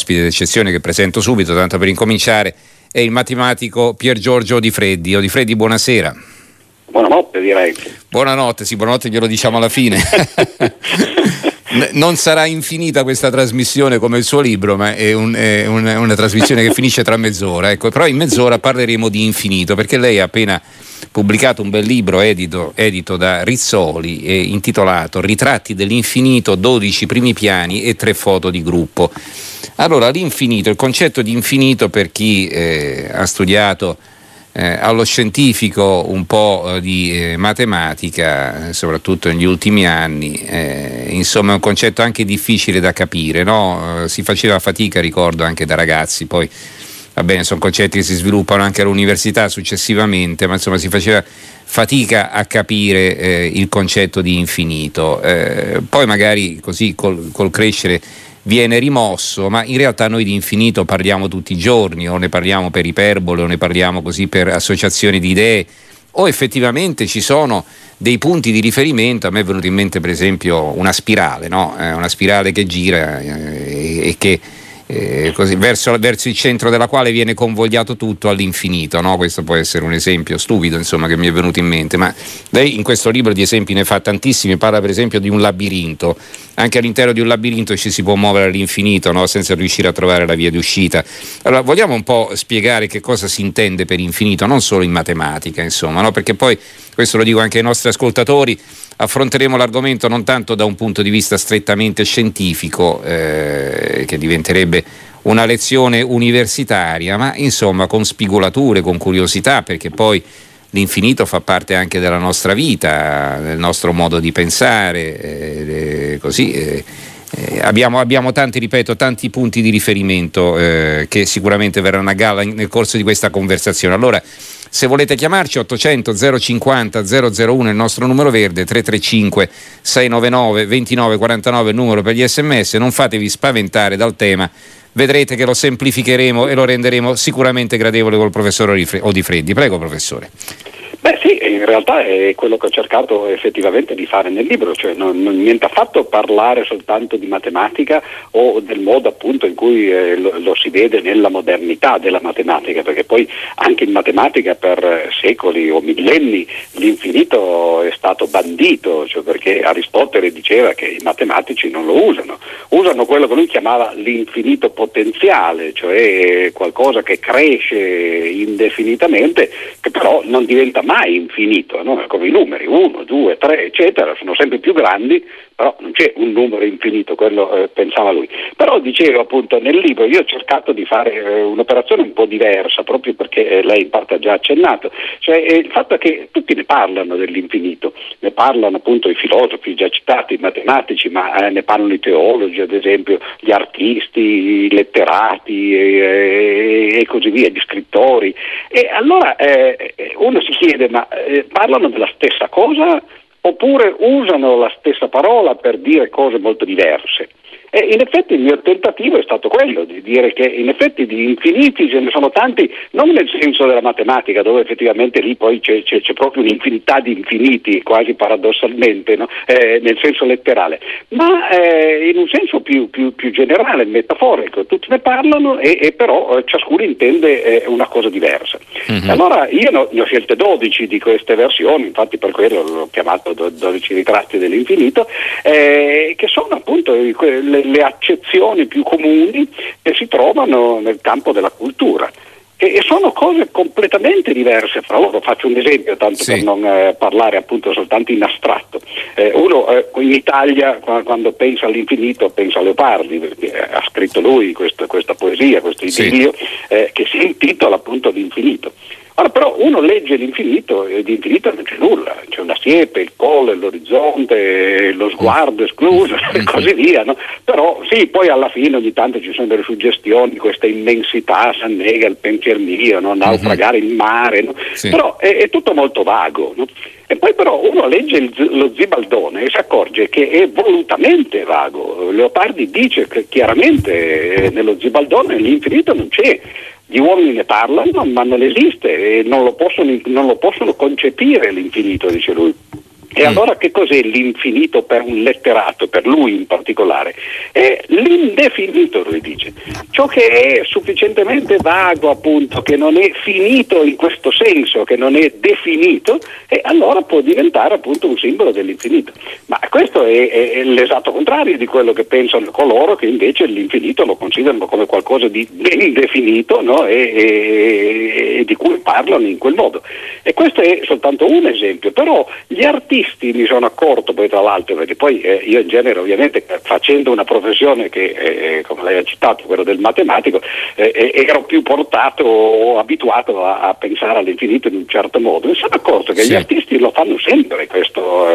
ospite d'eccezione che presento subito, tanto per incominciare, è il matematico Pier Giorgio Odifreddi. Odifreddi, buonasera. Buonanotte, direi. Buonanotte, sì, buonanotte glielo diciamo alla fine. Non sarà infinita questa trasmissione come il suo libro, ma è una trasmissione che finisce tra mezz'ora, ecco. Però in mezz'ora parleremo di infinito, perché lei ha appena pubblicato un bel libro edito da Rizzoli, intitolato Ritratti dell'infinito, 12 primi piani e 3 foto di gruppo. Allora, l'infinito, il concetto di infinito, per chi ha studiato allo scientifico un po' di matematica, soprattutto negli ultimi anni, insomma è un concetto anche difficile da capire, no? Si faceva fatica, ricordo, anche da ragazzi, poi va bene, sono concetti che si sviluppano anche all'università successivamente, ma insomma si faceva fatica a capire il concetto di infinito, poi magari così col crescere viene rimosso, ma in realtà noi di infinito parliamo tutti i giorni, o ne parliamo per iperbole, o ne parliamo così per associazioni di idee, o effettivamente ci sono dei punti di riferimento. A me è venuto in mente per esempio una spirale, no? Una spirale che gira e che così, verso il centro della quale viene convogliato tutto all'infinito, no? Questo può essere un esempio stupido, insomma, che mi è venuto in mente, ma lei in questo libro di esempi ne fa tantissimi. Parla per esempio di un labirinto. Anche all'interno di un labirinto ci si può muovere all'infinito, no? Senza riuscire a trovare la via di uscita. Allora, vogliamo un po' spiegare che cosa si intende per infinito, non solo in matematica, insomma, no? Perché poi, questo lo dico anche ai nostri ascoltatori, affronteremo l'argomento non tanto da un punto di vista strettamente scientifico, che diventerebbe una lezione universitaria, ma insomma con spigolature, con curiosità, perché poi l'infinito fa parte anche della nostra vita, del nostro modo di pensare, così. Abbiamo tanti punti di riferimento che sicuramente verranno a galla nel corso di questa conversazione. Allora, se volete chiamarci, 800 050 001 il nostro numero verde, 335 699 2949 il numero per gli sms. Non fatevi spaventare dal tema, vedrete che lo semplificheremo e lo renderemo sicuramente gradevole col professor Odifreddi. Prego, professore. Beh sì, in realtà è quello che ho cercato effettivamente di fare nel libro, cioè non niente affatto parlare soltanto di matematica o del modo appunto in cui lo si vede nella modernità della matematica, perché poi anche in matematica per secoli o millenni l'infinito è stato bandito, cioè perché Aristotele diceva che i matematici non lo usano quello che lui chiamava l'infinito potenziale, cioè qualcosa che cresce indefinitamente, che però non diventa mai infinito, no? Come i numeri 1, 2, 3 eccetera, sono sempre più grandi, però non c'è un numero infinito, quello pensava lui. Però dicevo appunto nel libro io ho cercato di fare un'operazione un po' diversa, proprio perché lei in parte ha già accennato, cioè il fatto è che tutti ne parlano dell'infinito, ne parlano appunto i filosofi già citati, i matematici, ma ne parlano i teologi, ad esempio gli artisti, i letterati e così via, gli scrittori, e allora uno si chiede, ma parlano della stessa cosa oppure usano la stessa parola per dire cose molto diverse? E in effetti il mio tentativo è stato quello di dire che in effetti di infiniti ce ne sono tanti, non nel senso della matematica, dove effettivamente lì poi c'è proprio un'infinità di infiniti, quasi paradossalmente, no? Nel senso letterale, ma in un senso più generale, metaforico. Tutti ne parlano e però ciascuno intende una cosa diversa. Mm-hmm. Allora io ne ho scelte 12 di queste versioni, infatti per quello l'ho chiamato 12 ritratti dell'infinito, che sono appunto le accezioni più comuni che si trovano nel campo della cultura. E sono cose completamente diverse fra loro. Faccio un esempio, tanto per non parlare appunto soltanto in astratto. Uno in Italia quando pensa all'infinito pensa a Leopardi, perché ha scritto lui questa poesia, questo idillio che si intitola appunto L'infinito. Ora però uno legge l'infinito e di infinito non c'è nulla, c'è una siepe, il colle, l'orizzonte, lo sguardo escluso e così via, no? Però sì, poi alla fine ogni tanto ci sono delle suggestioni, questa immensità s'annega il pensier mio, no? Naufragare il mare, no? Sì. Però è tutto molto vago, no? E poi però uno legge lo Zibaldone e si accorge che è volutamente vago. Leopardi dice che chiaramente nello Zibaldone l'infinito non c'è. Gli uomini ne parlano, ma non esiste e non lo possono concepire l'infinito, dice lui. E allora che cos'è l'infinito per un letterato, per lui in particolare? È l'indefinito, lui dice. Ciò che è sufficientemente vago, appunto, che non è finito in questo senso, che non è definito, e allora può diventare appunto un simbolo dell'infinito. Ma questo è l'esatto contrario di quello che pensano coloro che invece l'infinito lo considerano come qualcosa di ben definito, no? e di cui parlano in quel modo. E questo è soltanto un esempio, però gli artisti, mi sono accorto poi tra l'altro, perché poi io in genere ovviamente facendo una professione che come lei ha citato, quello del matematico, ero più portato o abituato a pensare all'infinito in un certo modo, mi sono accorto che gli artisti lo fanno sempre questo,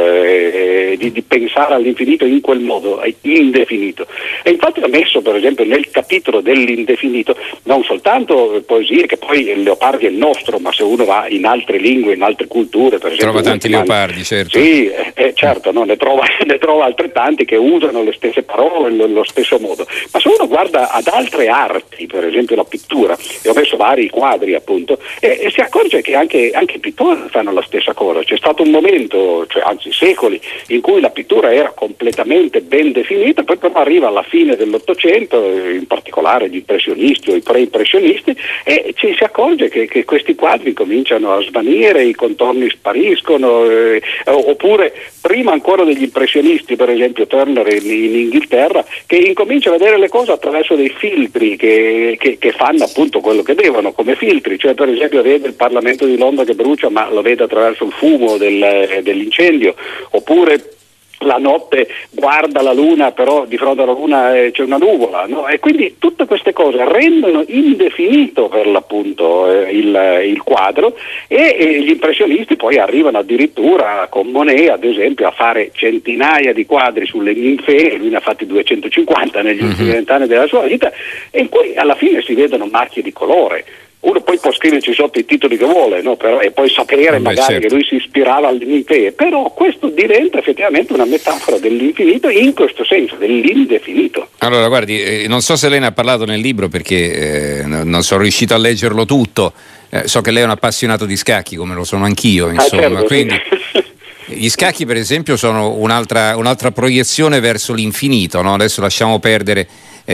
di pensare all'infinito in quel modo, indefinito. E infatti ho messo per esempio nel capitolo dell'indefinito non soltanto poesie, che poi Leopardi è il nostro, ma se uno va in altre lingue, in altre culture, per esempio trova tanti Leopardi, certo. Sì, certo, no? ne trova altrettanti che usano le stesse parole, lo stesso modo. Ma se uno guarda ad altre arti, per esempio la pittura, e ho messo vari quadri appunto, e si accorge che anche i pittori fanno la stessa cosa. C'è stato un momento, cioè anzi secoli, in cui la pittura era completamente ben definita, poi però arriva alla fine dell'Ottocento, in particolare gli impressionisti o i pre-impressionisti, e ci si accorge che questi quadri cominciano a svanire, i contorni spariscono, oppure prima ancora degli impressionisti, per esempio Turner in Inghilterra, che incomincia a vedere le cose attraverso dei filtri che fanno appunto quello che devono come filtri, cioè per esempio vede il Parlamento di Londra che brucia, ma lo vede attraverso il fumo dell'incendio, oppure la notte guarda la luna, però di fronte alla luna c'è una nuvola, no? E quindi tutte queste cose rendono indefinito per l'appunto il quadro, e gli impressionisti poi arrivano addirittura con Monet ad esempio a fare centinaia di quadri sulle ninfee, lui ne ha fatti 250 negli ultimi 20 anni della sua vita, e in cui alla fine si vedono macchie di colore. Uno poi può scriverci sotto i titoli che vuole, no? Però, e poi sapere magari che lui si ispirava alle ninfee, però questo diventa effettivamente una metafora dell'infinito in questo senso, dell'indefinito. Allora guardi, non so se lei ne ha parlato nel libro perché non sono riuscito a leggerlo tutto, so che lei è un appassionato di scacchi come lo sono anch'io, insomma, certo, quindi sì. Gli scacchi per esempio sono un'altra proiezione verso l'infinito, no? Adesso lasciamo perdere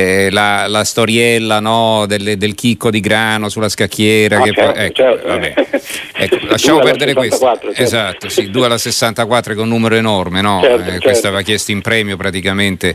la storiella, no? del chicco di grano sulla scacchiera, che certo, poi, ecco, certo. vabbè. Ecco, lasciamo perdere 64, questo. certo. Esatto, sì, 2 alla 64 che è un numero enorme, no? Certo. Questo aveva chiesto in premio praticamente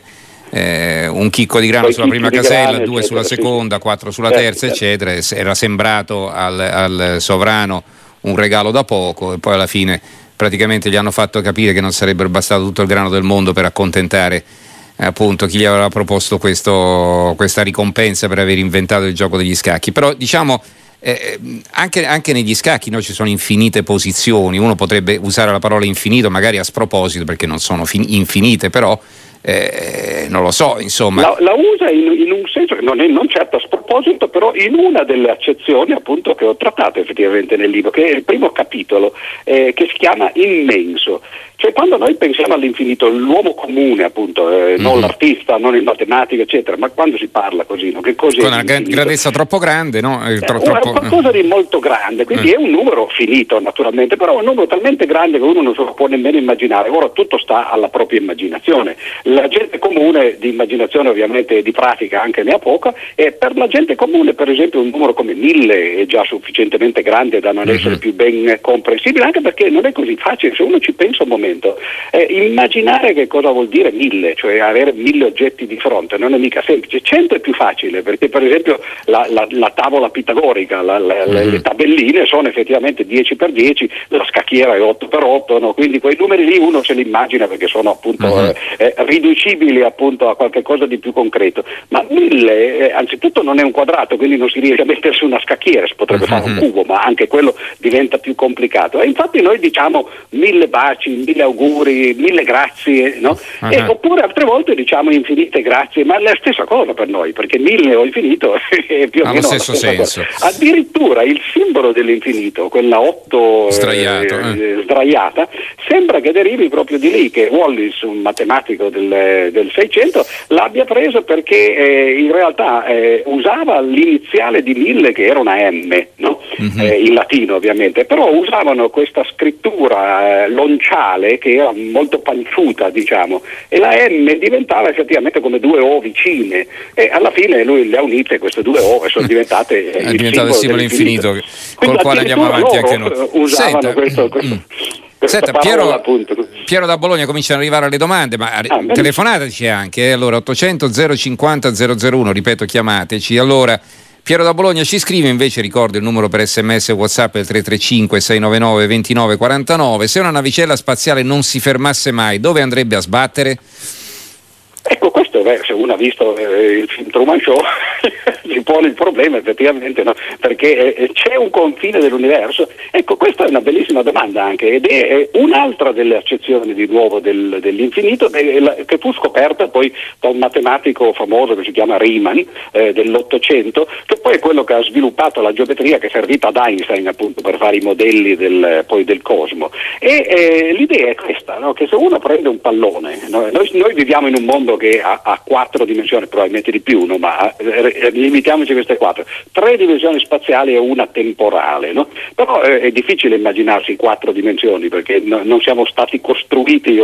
un chicco di grano Poi sulla prima casella, grano, 2 eccetera, sulla seconda, 4 sulla terza, eccetera. Era sembrato al sovrano un regalo da poco, e poi alla fine praticamente gli hanno fatto capire che non sarebbero bastato tutto il grano del mondo per accontentare appunto chi gli aveva proposto questa ricompensa per aver inventato il gioco degli scacchi. Però diciamo anche negli scacchi, no, ci sono infinite posizioni. Uno potrebbe usare la parola infinito magari a sproposito perché non sono infinite, però non lo so, insomma. La usa in un senso che non certo a sproposito, però in una delle accezioni appunto che ho trattato effettivamente nel libro, che è il primo capitolo, che si chiama immenso. Cioè quando noi pensiamo all'infinito, l'uomo comune appunto, non l'artista, non il matematico eccetera, ma quando si parla così, no? Che cos'è con una l'infinito? grandezza troppo grande, no? È qualcosa di molto grande, quindi è un numero finito naturalmente, però è un numero talmente grande che uno non se lo può nemmeno immaginare. Ora tutto sta alla propria immaginazione. La gente comune di immaginazione ovviamente di pratica anche ne ha poca, e per la gente comune per esempio un numero come 1000 è già sufficientemente grande da non essere più ben comprensibile, anche perché non è così facile se uno ci pensa un momento. Immaginare che cosa vuol dire 1000, cioè avere 1000 oggetti di fronte, non è mica semplice. 100 è più facile perché per esempio la tavola pitagorica, le tabelline sono effettivamente 10x10, la scacchiera è 8x8, no? Quindi quei numeri lì uno se li immagina perché sono appunto riducibili appunto a qualche cosa di più concreto, ma 1000 anzitutto non è un quadrato, quindi non si riesce a mettere su una scacchiera, si potrebbe fare un cubo, ma anche quello diventa più complicato, e infatti noi diciamo 1000 baci, 1000 auguri, 1000 grazie, no? Oppure altre volte diciamo infinite grazie, ma è la stessa cosa per noi, perché 1000 o infinito è più o meno lo stesso senso. Addirittura il simbolo dell'infinito, quella 8 sdraiata, sembra che derivi proprio di lì, che Wallis, un matematico del 600, l'abbia preso perché in realtà usava l'iniziale di 1000 che era una M, no? in latino ovviamente, però usavano questa scrittura lonciale che era molto panciuta, diciamo, e la M diventava effettivamente come due O vicine, e alla fine lui le ha unite queste due O e sono diventate il simbolo infinito col quale andiamo avanti anche noi. Usavano questo Senta, Piero da Bologna, cominciano ad arrivare le domande, ma telefonateci anche, allora 800 050 001, ripeto, chiamateci. Allora, Piero da Bologna ci scrive, invece ricordo il numero per SMS e WhatsApp è il 335 699 2949. Se una navicella spaziale non si fermasse mai, dove andrebbe a sbattere? Ecco, questo se uno ha visto il film Truman Show si pone il problema effettivamente, no? Perché c'è un confine dell'universo. Ecco, questa è una bellissima domanda anche, ed è un'altra delle accezioni di nuovo dell'infinito che fu scoperta poi da un matematico famoso che si chiama Riemann dell'Ottocento, che poi è quello che ha sviluppato la geometria che è servita ad Einstein appunto per fare i modelli del cosmo. E l'idea è questa, no? Che se uno prende un pallone, no? Noi viviamo in un mondo che ha 4 dimensioni, probabilmente di più, no? Ma limitiamoci a queste 4, 3 dimensioni spaziali e una temporale, no? Però è difficile immaginarsi 4 dimensioni perché non siamo stati costruiti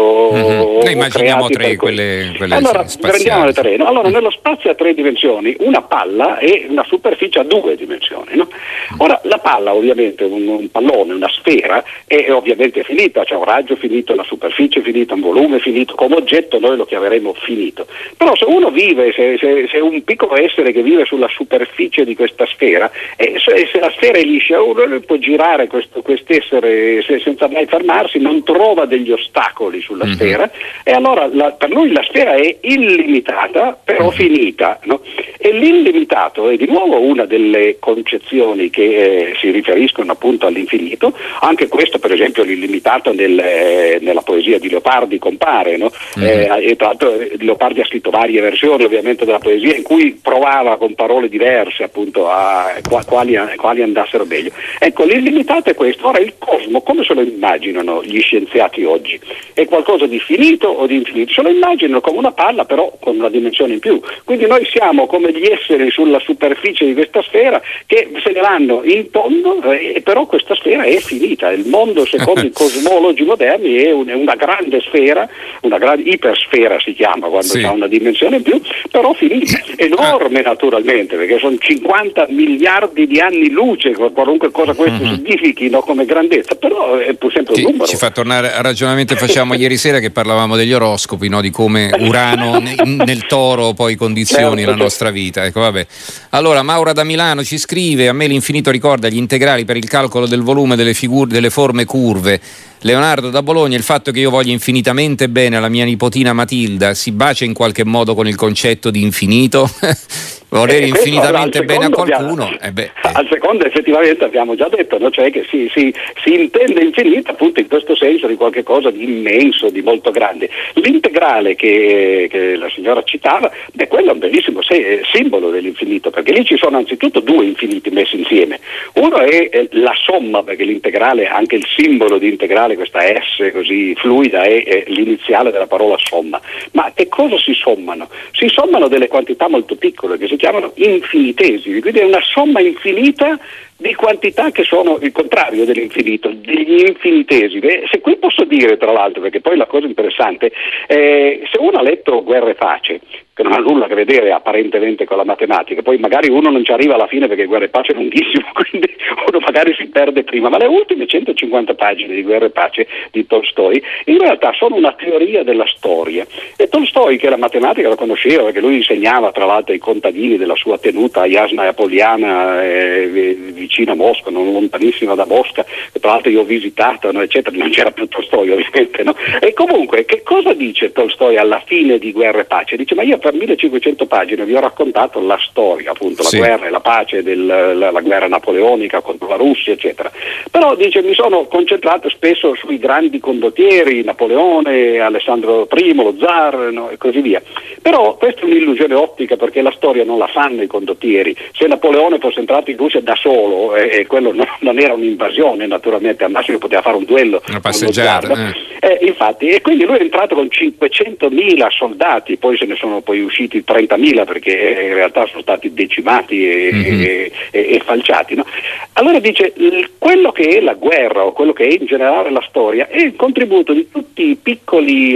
o noi immaginiamo 3 quelle allora spaziali. Prendiamo le 3, no? Allora nello spazio a 3 dimensioni una palla è una superficie a 2 dimensioni, no? Ora la palla ovviamente, un pallone, una sfera è ovviamente finita, c'è un raggio finito, una superficie finita, un volume finito, come oggetto noi lo chiameremo finito. Però se uno vive, se un piccolo essere che vive sulla superficie di questa sfera, se la sfera è liscia, uno può girare quest'essere senza mai fermarsi, non trova degli ostacoli sulla sfera, e allora per lui la sfera è illimitata però finita, no? E l'illimitato è di nuovo una delle concezioni che si riferiscono appunto all'infinito. Anche questo, per esempio, l'illimitato nella poesia di Leopardi compare, no? E tra l'altro Leopardi ha scritto varie versioni ovviamente della poesia in cui provava con parole diverse appunto a quali andassero meglio. Ecco, l'illimitato è questo. Ora il cosmo come se lo immaginano gli scienziati oggi? È qualcosa di finito o di infinito? Se lo immaginano come una palla però con una dimensione in più, quindi noi siamo come gli esseri sulla superficie di questa sfera che se ne vanno in tondo, e però questa sfera è finita. Il mondo secondo i cosmologi moderni è una grande sfera, una grande ipersfera si chiama quando ha una dimensione in più, però finita, enorme naturalmente, perché sono 50 miliardi di anni luce, qualunque cosa questo significhi, no, come grandezza, però è pur sempre un numero. Ci fa tornare al ragionamento che facciamo ieri sera, che parlavamo degli oroscopi, no, di come Urano nel Toro poi condizioni la nostra vita. Ecco, vabbè. Allora Maura da Milano ci scrive: a me l'infinito ricorda gli integrali per il calcolo del volume delle forme curve. Leonardo da Bologna: il fatto che io voglia infinitamente bene alla mia nipotina Matilda si bacia in qualche modo con il concetto di infinito? Volere infinitamente bene a qualcuno? Al secondo effettivamente abbiamo già detto, no? Cioè che si intende infinito appunto in questo senso di qualche cosa di immenso, di molto grande. L'integrale che la signora citava, quello è un bellissimo simbolo dell'infinito, perché lì ci sono anzitutto 2 infiniti messi insieme. Uno è la somma, perché l'integrale, anche il simbolo di integrale, questa S così fluida, è l'iniziale della parola somma. Ma che cosa si sommano? Si sommano delle quantità molto piccole che si chiamano infinitesimi, quindi è una somma infinita di quantità che sono il contrario dell'infinito, degli infinitesimi. Se qui posso dire, tra l'altro, perché poi la cosa interessante, se uno ha letto Guerra e Pace, che non ha nulla a che vedere apparentemente con la matematica, poi magari uno non ci arriva alla fine perché Guerra e Pace è lunghissimo, quindi uno magari si perde prima, ma le ultime 150 pagine di Guerra e Pace di Tolstoi in realtà sono una teoria della storia, e Tolstoi, che la matematica la conosceva perché lui insegnava tra l'altro ai contadini della sua tenuta a Jasna e Apoliana, vicino a Mosca, non lontanissima da Mosca, che tra l'altro io ho visitato, no, eccetera, non c'era più Tolstoi ovviamente, no? E comunque che cosa dice Tolstoi alla fine di Guerra e Pace? Dice: ma io per 1500 pagine vi ho raccontato la storia, appunto, la guerra e la pace, la guerra napoleonica contro la Russia, eccetera. Però dice: mi sono concentrato spesso sui grandi condottieri, Napoleone, Alessandro I, lo zar, no, e così via. Però questa è un'illusione ottica, perché la storia non la fanno i condottieri. Se Napoleone fosse entrato in Russia da solo, e quello non era un'invasione, naturalmente, al massimo poteva fare un duello, una passeggiata, infatti, e quindi lui è entrato con 500.000 soldati, poi se ne sono poi usciti 30.000 perché in realtà sono stati decimati e falciati, no? Allora allora dice quello che è la guerra o quello che è in generale la storia è il contributo di tutti i piccoli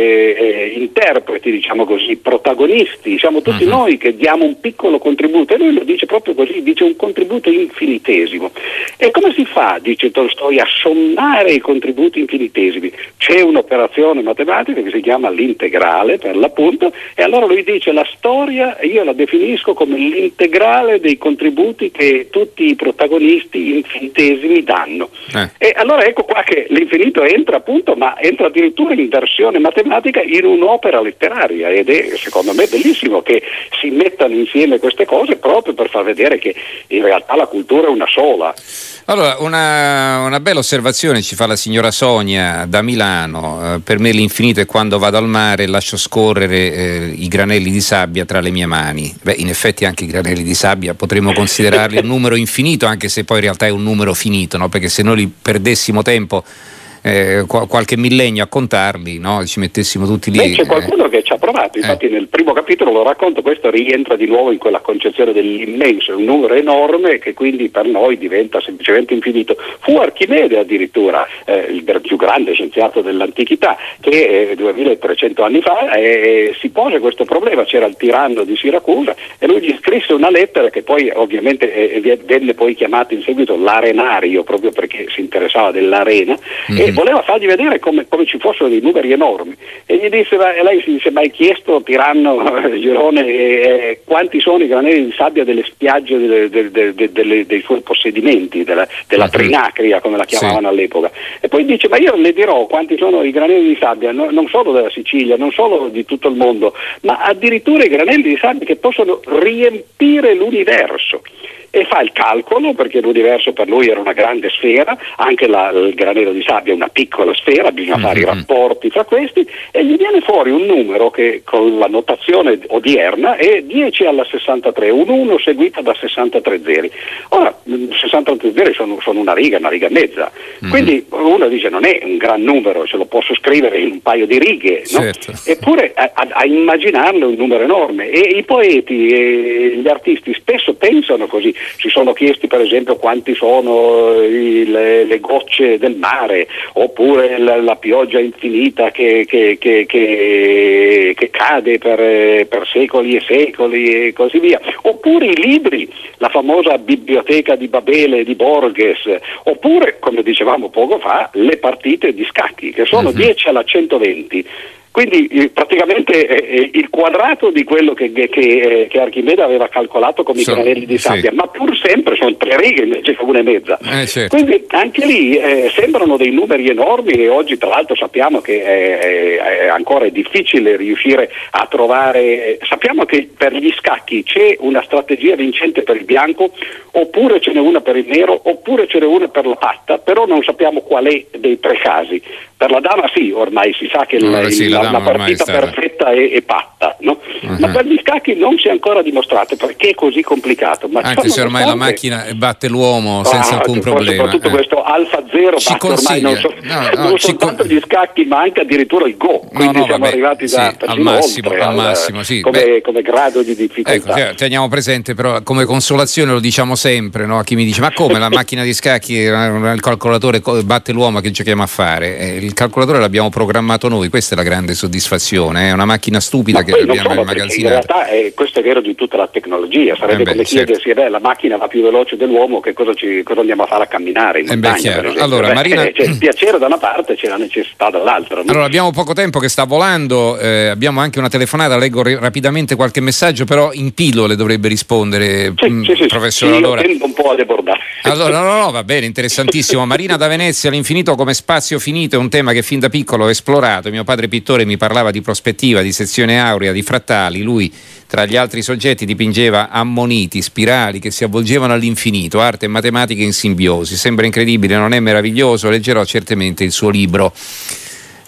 interpreti, diciamo così, protagonisti, siamo tutti noi che diamo un piccolo contributo, e lui lo dice proprio così, dice un contributo infinitesimo. E come si fa, dice Tolstoi, a sommare i contributi infinitesimi? C'è un'operazione matematica che si chiama l'integrale, per l'appunto, e allora lui dice la storia io la definisco come l'integrale dei contributi che tutti i protagonisti infinitesimi danno. E allora ecco qua che l'infinito entra appunto, ma entra addirittura in versione matematica in un'opera letteraria, ed è secondo me bellissimo che si mettano insieme queste cose proprio per far vedere che in realtà la cultura è una sola. Allora, una bella osservazione ci fa la signora Sonia da Milano. Per me l'infinito è quando vado al mare e lascio scorrere i granelli di sabbia tra le mie mani. Beh, in effetti anche i granelli di sabbia potremmo considerarli un numero infinito, anche se poi in realtà è un numero finito, no? Perché se noi li perdessimo tempo qualche millennio a contarli, no? Ci mettessimo tutti lì. Beh, c'è qualcuno che ci ha provato, infatti nel primo capitolo lo racconto, questo rientra di nuovo in quella concezione dell'immenso, è un numero enorme che quindi per noi diventa semplicemente infinito. Fu Archimede addirittura, il più grande scienziato dell'antichità, che 2300 anni fa si pose questo problema. C'era il tiranno di Siracusa e lui gli scrisse una lettera che poi ovviamente venne poi chiamato in seguito l'Arenario, proprio perché si interessava dell'arena, e voleva fargli vedere come ci fossero dei numeri enormi, e gli disse, lei si dice, ma hai chiesto, tiranno Girone, quanti sono i granelli di sabbia delle spiagge dei suoi possedimenti, della Trinacria come la chiamavano all'epoca, e poi dice, ma io le dirò quanti sono i granelli di sabbia non solo della Sicilia, non solo di tutto il mondo, ma addirittura i granelli di sabbia che possono riempire l'universo. E fa il calcolo, perché l'universo per lui era una grande sfera, anche il granello di sabbia è una piccola sfera, bisogna fare i rapporti fra questi, e gli viene fuori un numero che con la notazione odierna è 10 alla 63, un 1 seguita da 63 zeri. Ora, 63 zeri sono una riga e mezza, quindi uno dice non è un gran numero, ce lo posso scrivere in un paio di righe, no? Certo. Eppure a immaginarlo è un numero enorme, e i poeti e gli artisti spesso pensano così. Si sono chiesti per esempio quanti sono le gocce del mare, oppure la pioggia infinita che cade per secoli e secoli e così via, oppure i libri, la famosa biblioteca di Babele di Borges, oppure, come dicevamo poco fa, le partite di scacchi che sono 10 alla 120. Quindi praticamente il quadrato di quello che Archimede aveva calcolato come i granelli di sabbia, ma pur sempre sono 3 righe invece che 1,5. Certo. Quindi anche lì sembrano dei numeri enormi, e oggi tra l'altro sappiamo che ancora è difficile riuscire a trovare, sappiamo che per gli scacchi c'è una strategia vincente per il bianco, oppure ce n'è una per il nero, oppure ce n'è una per la patta, però non sappiamo qual è dei 3 casi. Per la dama sì, ormai si sa che la partita perfetta è patta, no? Ma per gli scacchi non si è ancora dimostrato, perché è così complicato. Ma anche se ormai la macchina batte l'uomo senza alcun problema. Soprattutto questo Alfa Zero ci batte ormai non soltanto gli scacchi, ma anche addirittura il Go. Quindi siamo arrivati al massimo, sì. Come grado di difficoltà. Ecco, teniamo presente però, come consolazione lo diciamo sempre, no? A chi mi dice, ma come la macchina di scacchi, il calcolatore batte l'uomo, che giochiamo a fare? Il calcolatore l'abbiamo programmato noi, questa è la grande soddisfazione, è una macchina stupida che abbiamo immagazzinato. In realtà questo è vero di tutta la tecnologia, sarebbe come chiedersi, la macchina va più veloce dell'uomo, che cosa andiamo a fare a camminare in montagna? Allora, Marina, c'è il piacere da una parte, c'è la necessità dall'altra, no? Allora, abbiamo poco tempo che sta volando, abbiamo anche una telefonata, leggo rapidamente qualche messaggio, però in pillole dovrebbe rispondere, professore. Sì, allora tendo un po' a debordare. Allora, no, va bene, interessantissimo. Marina da Venezia, l'infinito come spazio finito è un tema che fin da piccolo ho esplorato. Mio padre pittore mi parlava di prospettiva, di sezione aurea, di frattali. Lui, tra gli altri soggetti, dipingeva ammoniti, spirali che si avvolgevano all'infinito, arte e matematica in simbiosi. Sembra incredibile, non è meraviglioso? Leggerò certamente il suo libro.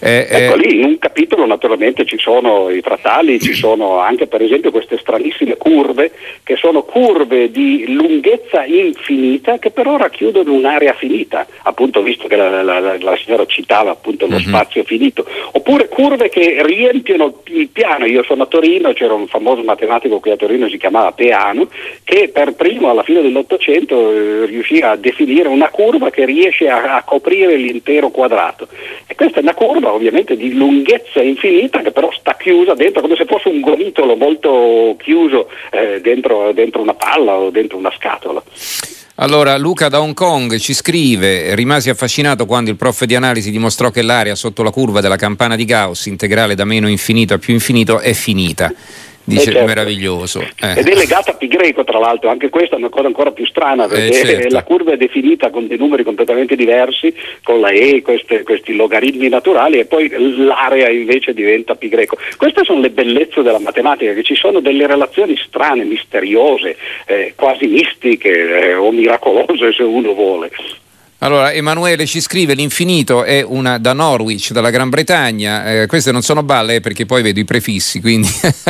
Ecco lì, in un capitolo naturalmente ci sono i frattali, ci sono anche per esempio queste stranissime curve, che sono curve di lunghezza infinita che però racchiudono un'area finita, appunto visto che la signora citava appunto lo spazio finito, oppure curve che riempiono il piano. Io sono a Torino, c'era un famoso matematico qui a Torino, si chiamava Peano, che per primo alla fine dell'Ottocento riuscì a definire una curva che riesce a coprire l'intero quadrato, e questa è una curva ovviamente di lunghezza infinita che però sta chiusa dentro, come se fosse un gomitolo molto chiuso dentro una palla o dentro una scatola. Allora, Luca da Hong Kong ci scrive: rimasi affascinato quando il prof di analisi dimostrò che l'area sotto la curva della campana di Gauss, integrale da meno infinito a più infinito, è finita. Dice, certo. Meraviglioso. Ed è legata a pi greco, tra l'altro, anche questa è una cosa ancora più strana, perché certo. La curva è definita con dei numeri completamente diversi, con la questi logaritmi naturali, e poi l'area invece diventa pi greco. Queste sono le bellezze della matematica, che ci sono delle relazioni strane, misteriose, quasi mistiche o miracolose se uno vuole. Allora, Emanuele ci scrive: l'infinito è da Norwich, dalla Gran Bretagna. Queste non sono balle, perché poi vedo i prefissi, quindi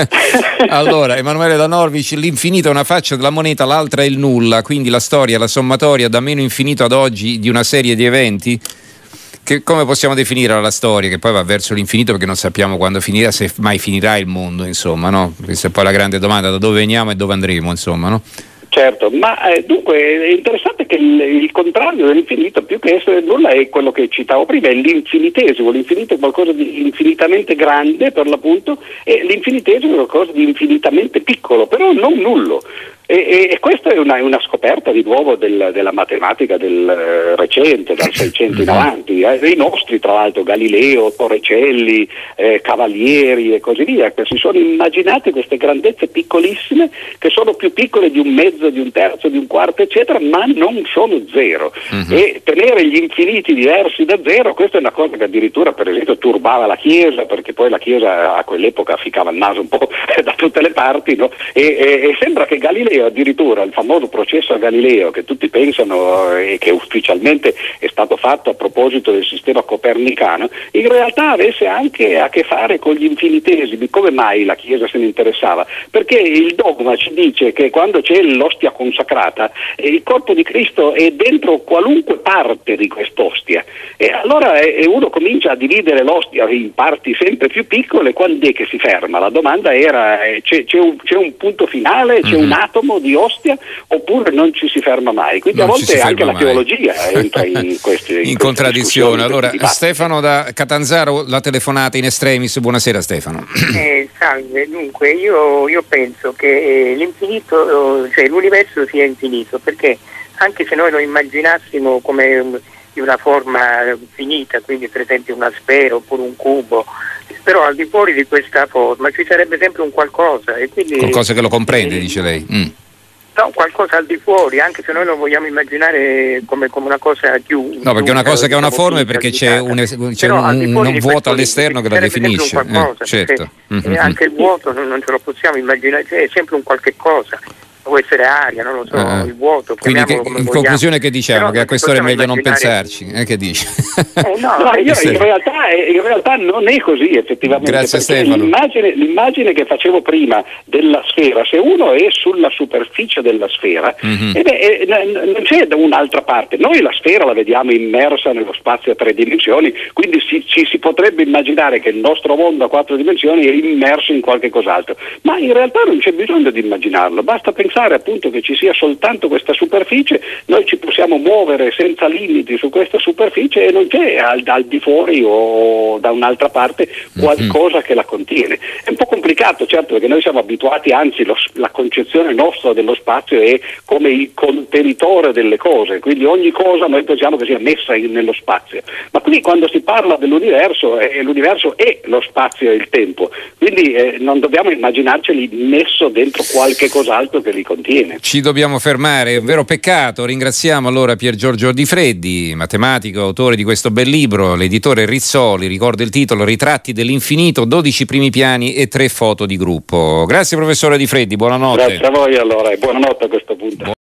allora, Emanuele da Norwich: l'infinito è una faccia della moneta, l'altra è il nulla, quindi la storia, la sommatoria da meno infinito ad oggi di una serie di eventi. Come possiamo definire la storia, che poi va verso l'infinito, perché non sappiamo quando finirà, se mai finirà il mondo, insomma, no? Questa è poi la grande domanda: da dove veniamo e dove andremo, insomma, no? Certo, ma dunque è interessante che il contrario dell'infinito, più che essere nulla, è quello che citavo prima, è l'infinitesimo. L'infinito è qualcosa di infinitamente grande, per l'appunto, e l'infinitesimo è qualcosa di infinitamente piccolo, però non nullo. E questa è una scoperta di nuovo della matematica del recente, dal 600 in avanti, dei nostri, tra l'altro, Galileo, Torricelli, Cavalieri e così via, che si sono immaginati queste grandezze piccolissime, che sono più piccole di un mezzo, di un terzo, di un quarto, eccetera, ma non sono zero. E tenere gli infiniti diversi da zero, questa è una cosa che addirittura, per esempio, turbava la Chiesa, perché poi la Chiesa a quell'epoca ficcava il naso un po' da tutte le parti, no? E sembra che Galileo, addirittura il famoso processo a Galileo, che tutti pensano e che ufficialmente è stato fatto a proposito del sistema copernicano, in realtà avesse anche a che fare con gli infinitesimi. Come mai la Chiesa se ne interessava? Perché il dogma ci dice che quando c'è l'ostia consacrata, il corpo di Cristo è dentro qualunque parte di quest'ostia, e allora uno comincia a dividere l'ostia in parti sempre più piccole. Quando è che si ferma? La domanda era: c'è un punto finale, c'è un atomo di ostia, oppure non ci si ferma mai? Quindi a volte anche la teologia entra in queste in contraddizione. Allora, Stefano da Catanzaro, la telefonata in extremis. Buonasera Stefano. Salve, dunque io penso che l'infinito, cioè l'universo sia infinito, perché anche se noi lo immaginassimo come di una forma finita, quindi per esempio una sfera oppure un cubo, però al di fuori di questa forma ci sarebbe sempre un qualcosa, e quindi qualcosa che lo comprende, dice lei. No, qualcosa al di fuori, anche se noi lo vogliamo immaginare come una cosa più... No, perché una cosa che ha una forma è perché c'è un vuoto all'esterno che la definisce. Certo. E anche il vuoto non ce lo possiamo immaginare, cioè è sempre un qualche cosa. Può essere aria, non lo so, il vuoto. Quindi in conclusione che diciamo? Però che a quest'ora è meglio non pensarci, che dici? In realtà non è così, effettivamente. Grazie Stefano. L'immagine che facevo prima della sfera, se uno è sulla superficie della sfera, non c'è da un'altra parte. Noi la sfera la vediamo immersa nello spazio a 3 dimensioni, quindi ci si potrebbe immaginare che il nostro mondo a 4 dimensioni è immerso in qualche cos'altro, ma in realtà non c'è bisogno di immaginarlo, basta pensare appunto che ci sia soltanto questa superficie, noi ci possiamo muovere senza limiti su questa superficie, e non c'è al di fuori o da un'altra parte qualcosa che la contiene. È un po' complicato, certo, perché noi siamo abituati, anzi la concezione nostra dello spazio è come il contenitore delle cose, quindi ogni cosa noi pensiamo che sia messa nello spazio, ma qui quando si parla dell'universo, l'universo è lo spazio e il tempo, quindi non dobbiamo immaginarceli messo dentro qualche cos'altro che li contiene. Ci dobbiamo fermare, è un vero peccato. Ringraziamo allora Pier Giorgio Di Freddi, matematico, autore di questo bel libro, l'editore Rizzoli, ricordo il titolo: Ritratti dell'infinito, 12 primi piani e 3 foto di gruppo. Grazie professore Di Freddi, buonanotte. Grazie a voi allora e buonanotte a questo punto.